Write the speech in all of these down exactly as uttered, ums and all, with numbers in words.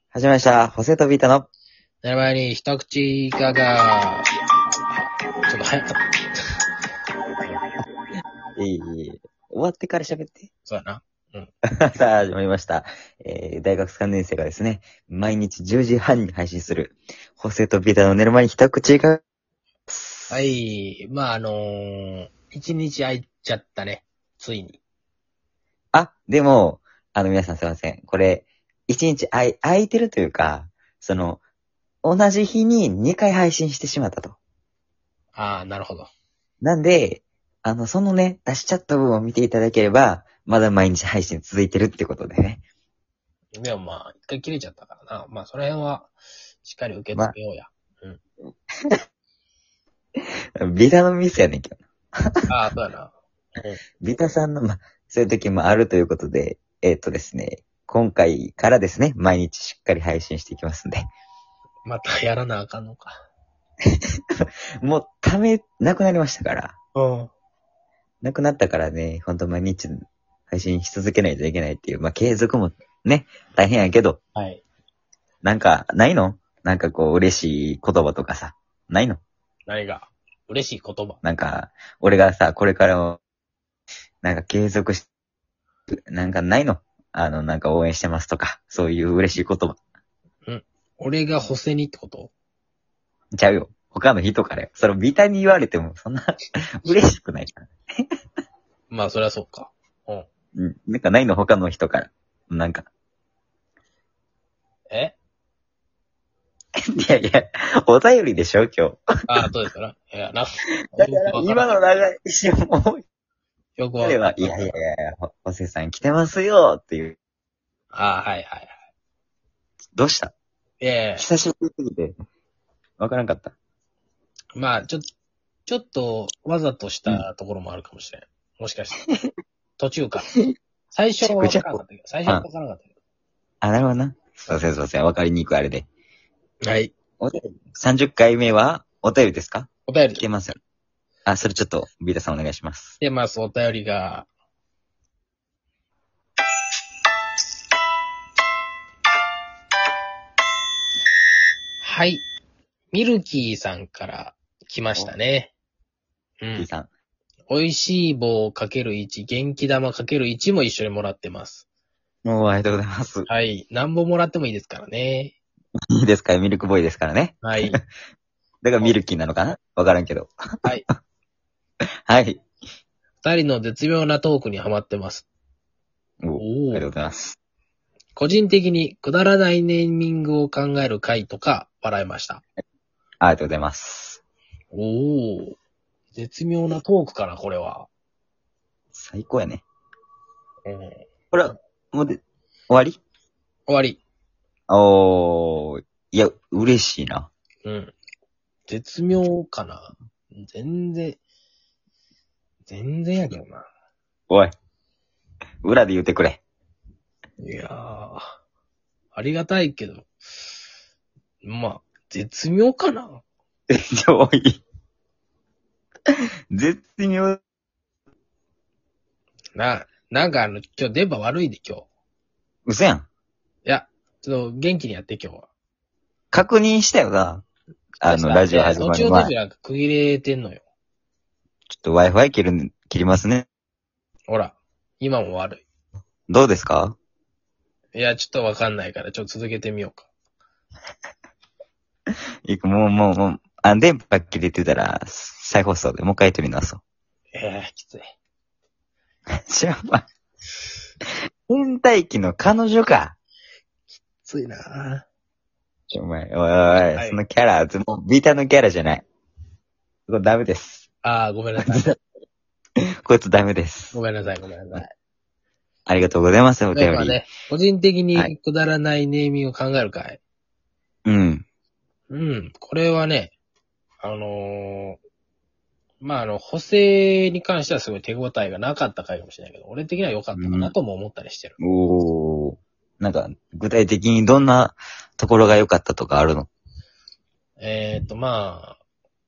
始まりました。ホセとビータの。 寝る前に一口ガガー。ちょっと早かった。 いい、いい。終わってから喋って。 そうやな。うん。 さあ、始まりました。えー、大学さんねん生がですね、毎日じゅうじはんに配信する、ホセとビータの寝る前に一口ガガー。 はい。まあ、あのー、一日空いちゃったね。ついに。 あ、でも、あの皆さんすいません。これ、一日あい空いてるというか、その、同じ日ににかい配信してしまったと。 ああ、なるほど。 なんで、あの、そのね、出しちゃった部分を見ていただければ、まだ毎日配信続いてるってことでね。 でもまあ、一回切れちゃったからな。まあ、その辺は、しっかり受けま止めようや。うん。 あ、ビタのミスやねんけど。 ああ、そうやな。うん。 ビタさんの、まあ、そういう時もあるということで、えっとですね、今回からですね、毎日しっかり配信していきますんで。 またやらなあかんのか。 もう、ため、なくなりましたから。 うん。 なくなったからね、ほんと毎日配信し続けないといけないっていう、まあ、継続もね、大変やけど、 はい。 なんか、ないのなんかこう、嬉しい言葉とかさ、ないの何が嬉しい言葉。 なんか、俺がさ、これからも、なんか継続し、なんかないのあの、なんか応援してますとか、そういう嬉しい言葉。 うん。俺が補正にってこと？ ちゃうよ。他の人からよ。それビタに言われても、そんな嬉しくないから。 まあ、そりゃそうか。うん。 うん。なんかないの他の人から。なんか。 えいやいや、お便りでしょ、今日。 ああ、どうですかな。いや、な。 だかよくら、今わからない。 の長い一瞬も、 よくわから彼は、いやいやいや、ほホセさん来てますよっていう。 ああ、はいはいはい。 どうしたいやいや、 久しぶりすぎて、わからんかった。 まあ、ちょ、ちょっと、わざとしうん。 たところもあるかもしれん。もしかして。途中から。最初はわちゃくちゃこう。 からなかったけど、最初はあ、 わからなかったけあ、なるほどな。すいませんすいません。わかりにくいあれで。 ど。はい。 お便りさんじゅっかいめは、お便りですかお便り来てますよ。あ、それちょっと、ビータさんお願いします。 でます、お便りが。はい。ミルキーさんから来ましたね。う B ん。 さん。 美味しい棒かけるいち、元気玉かけるいちも一緒にもらってます。 もう、ありがとうございます。 はい。何本もらってもいいですからね。 いいですかミルクボーイですからね。 はい。 だからミルキーなのかなわからんけど。 はい。 はい。 二人の絶妙なトークにハマってます。 おありがとうおお。 ございます。 個人的にくだらないネーミングを考える回とか笑いました。 ありがとうございます。 おお。絶妙なトークかな、これは。 最高やね。 うん。 これは、もうで、終わり終わり。 おー、いや、嬉しいな。 うん。絶妙かな。全然、全然やけどな。 おい、裏で言ってくれ。 いやー、ありがたいけど。まあ、絶妙かな。 おい。絶妙。 な、なんかあの、今日電波悪いで今日。 嘘やん。 いや、ちょっと元気にやって今日は。 確認したよな。あの、ラジオ始途まる前。 中途中なんか区切れてんのよ。 ちょっと Wi-Fi 切る、切りますね。 ほら、今も悪どうですかい。いや、ちょっとわかんないから、ちょっと続けてみようか。 いく、もう、もう、もう、あ、電波切れてたら、再放送でもう一回撮り直そう。 ええー、きつい。 知らんわ。変態期の彼女か。 きついなちょ、お前、おいおいおい、 はいそのキャラ、もうビータのキャラじゃない。これダメです。 ぁ。ああ、ごめんなさい。 こいつダメです。 ごめんなさい、ごめんなさい。 ありがとうございます、お便り。 例えばね、個人的はいにくだらないネーミングを考えるかい。 うん。 うん、これはね、あのー、まあ、あの、補正に関してはすごい手応えがなかった回かもしれないけど、俺的には良かったかなとも思ったりしてる。 おー。なんか、具体的にどんなところが良かったとかあるのえーと、まあ、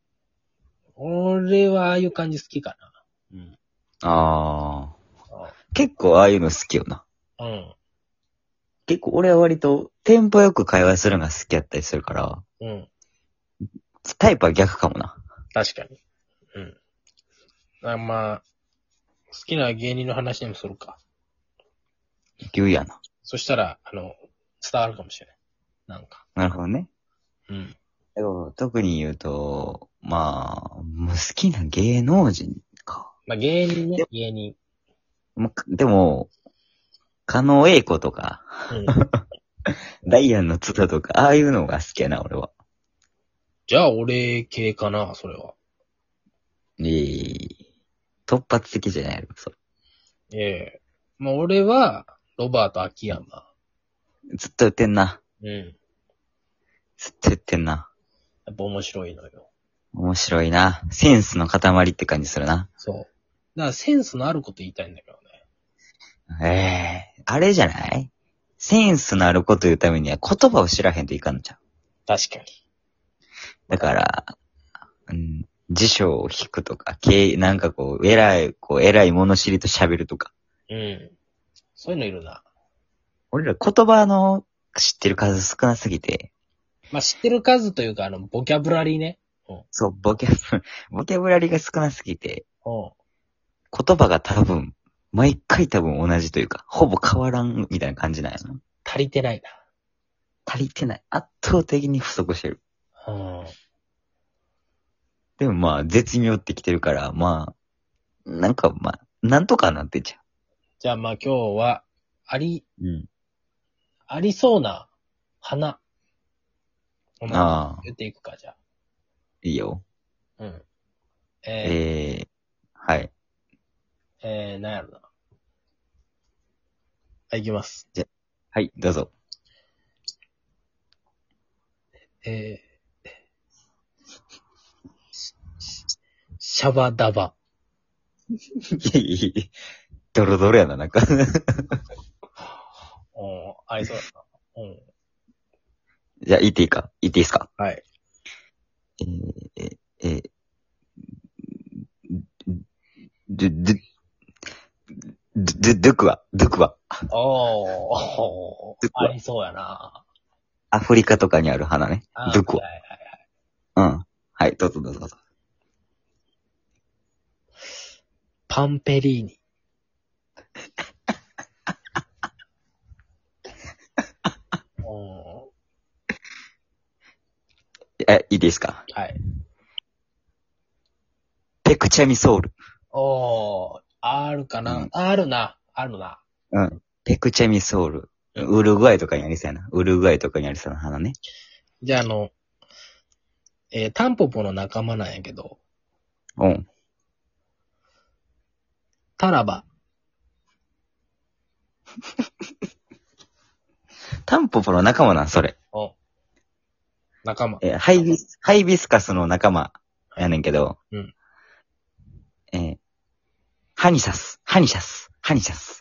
俺はああいう感じ好きかな。うん。 あー。 あ結構ああいうの好きよな。 うん。 結構俺は割とテンポよく会話するのが好きやったりするから、 うん。 タイプは逆かもな。 確かに。うん。あまあ、好きな芸人の話でもするか。 急やな。 そしたら、あの、伝わるかもしれない。なんか。 なるほどね。 うん。 でも特に言うと、まあ、もう好きな芸能人か。 まあ、芸人ね、芸人。 もうでも、狩野英孝とか、 うん。 ダイアンの津田とか、ああいうのが好きやな、俺は。 じゃあ、俺系かな、それは。 ええ突発的じゃないの、そう。 ええまあ、俺は、ロバート秋山。 ずっと言ってんな。 うん。 ずっと言ってんな。 やっぱ面白いのよ。 面白いな。センスの塊って感じするな。 そう。だからセンスのあること言いたいんだけどね。 ええあれじゃないセンスのあること言うためには言葉を知らへんといかんのじゃん。 確かに。 だから、うん、辞書を引くとか、けなんかこう、偉い、こう、偉い物知りと喋るとか。 うん。そういうのいるな。 俺ら言葉の知ってる数少なすぎて、 まあ、知ってる数というか、あの、ボキャブラリーね。うん。 そう、ボキャブ、ボキャブラリーが少なすぎて、 うん。 言葉が多分、毎回多分同じというか、ほぼ変わらんみたいな感じなんやな。 足りてない足りてない。圧倒的に不足してる。 な。うん。 でもまあ、絶妙ってきてるから、まあ、なんかまあ、なんとかなってんじじゃあまあ今日は、あり、 ゃん。うん。 ありそうな花。 ああ、 言っていくか、じゃいいよ。 あ。うん。えー、 えー、はい。 えー、なんやろな。はい、いきます。 はい、どうぞ。 えー、シャバダバ。 いやいやいやドロドロやな、なんか。 うん、ありそうだな。うん。 じゃあ、言っていいか言っていいですかはい。 えー、えー、えー、ドゥ、ドゥ、ドゥ、ドゥクワ、ドゥクワ。 おー、 ドゥクワ。 ありそうやな。 アフリカとかにある花ね。 あドゥクはいはいはいはい。 ワ。うん。はい、どうぞどうぞどうぞ。 パンペリーニ。おえ、いいですかー、はい。 ペクチャミソール。 おー、あるかな、 うんあるな。あるな。 うん。ペクチャミソール。 うんウルグアイとかにありそうやな。ウルグアイとかにありそうな花ね。 じゃあ、あの、えータンポポの仲間なんやけど、 うん。 タラバ。 タンポポの仲間なん、それ。 お仲間。 えーハイビス、ハイビスカスの仲間やねんけど。 うん。 えーハニサス、ハニシャス、ハニシャス。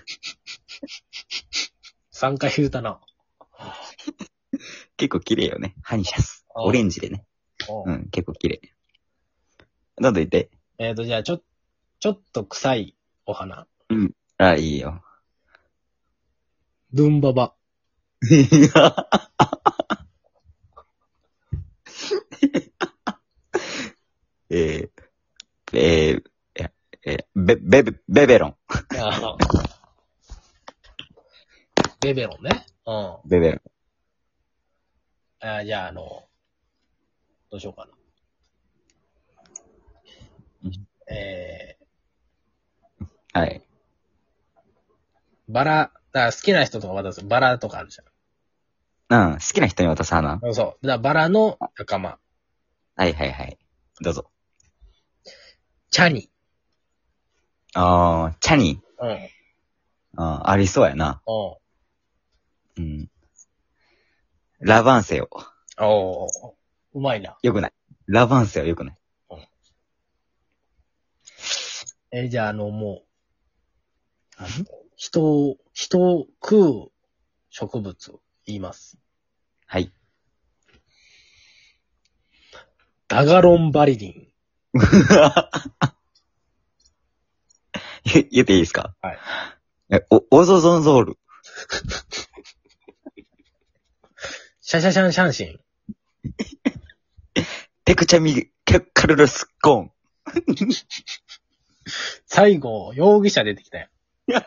さんかい言うたな。 結構綺麗よね。ハニシャス。 あオレンジでね。 おうん、結構綺麗。どんどん言って。 えっ、と、じゃあ、ちょ、ちょっと臭いお花。 うん。あ、いいよ。 ドゥンババ。 えー、えー、えー、ベ、ベ、ベベロン。 あベベロンね。うん。 ベベロン。 あじゃあ、あの、どうしようかうんな。えはい。 ー、バラ、だから好きな人とか渡す。バラとかあるじうん、好きな人に渡す花。 ゃん。そう。だからバラの仲間。 はいはいはい。どうぞ。 チャニ。 あー、チャニうん。 ー。あー、ありそうやな。 うん。 うん。ラバンセよ。 おー。うまいな。 よくない。ラバンセはよくない。 えーじゃあ、あの、もう、あの人を、人を食う植物を言います。 はい。 ダガロンバリリン。 言言っていいですかはい。 え、お、オゾゾンゾール。 シャシャシャンシャンシン。 ペクチャミケッカルルスコーン。 最後、容疑者出てきたよ。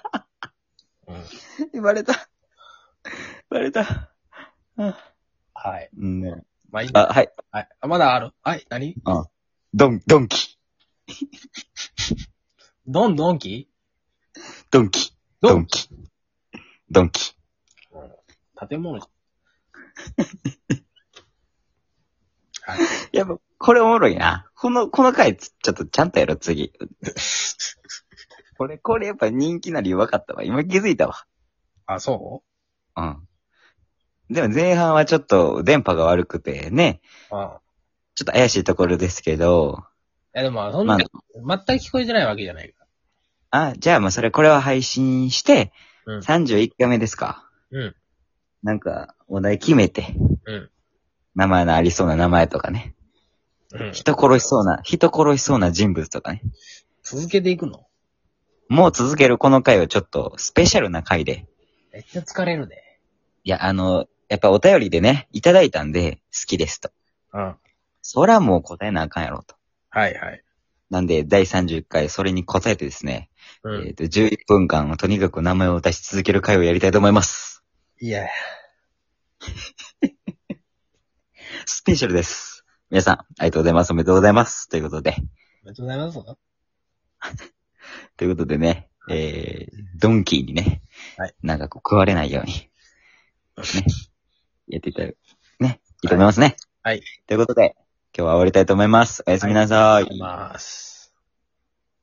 うん、 バレた。バレた。 はい。 うんね。 まあいい。 あ、はい。 はい。あ、まだある。はい、何？ あ、ドン、ドンキ。 ドンドンキドンキ。 ドンドンキ。ドンキ。 うん、建物じゃん。はい。 やっぱ、これおもろいな。この、この回ちょっとちゃんとやろ、次。これ、これやっぱ人気な理由分かったわ。今気づいたわ。 あ、そうん。でも前半はちょっと電波が悪くてね、 う？ああ。 ちょっと怪しいところですけど、 いやでも、そんな、 まあ、 全く聞こえてないわけじゃないかあ、じゃあもうそれ、これは配信して、 ら。うん。 さんじゅういっかいめですか。 うん。 なんか、お題決めて、 うん。 名前のありそうな名前とかね。 うん。 人殺しそうな、人殺しそうな人物とかね。 続けていくの？ もう続けるこの回はちょっとスペシャルな回で。 めっちゃ疲れるで。 いや、あの、やっぱお便りでね、いただいたんで、好きですと。 うん。 そらもう答えなあかんやろと。 はいはい。 なんで、だいさんじゅういっかい、それに答えてですね、 うん。 えっと、じゅういっぷんかん、とにかく名前を出し続ける回をやりたいと思います。 いや。 スペシャルです。皆さん、ありがとうございます。おめでとうございます。ということで。 おめでとうございます。 ということでね、えー、ドンキーにね、 はい、 なんかこう食われないように、ね、やっていただく。ね、いいと思いますね。 はい。 ということで、今日は終わりたいと思います。おやすみなさい。 ありがとうございます。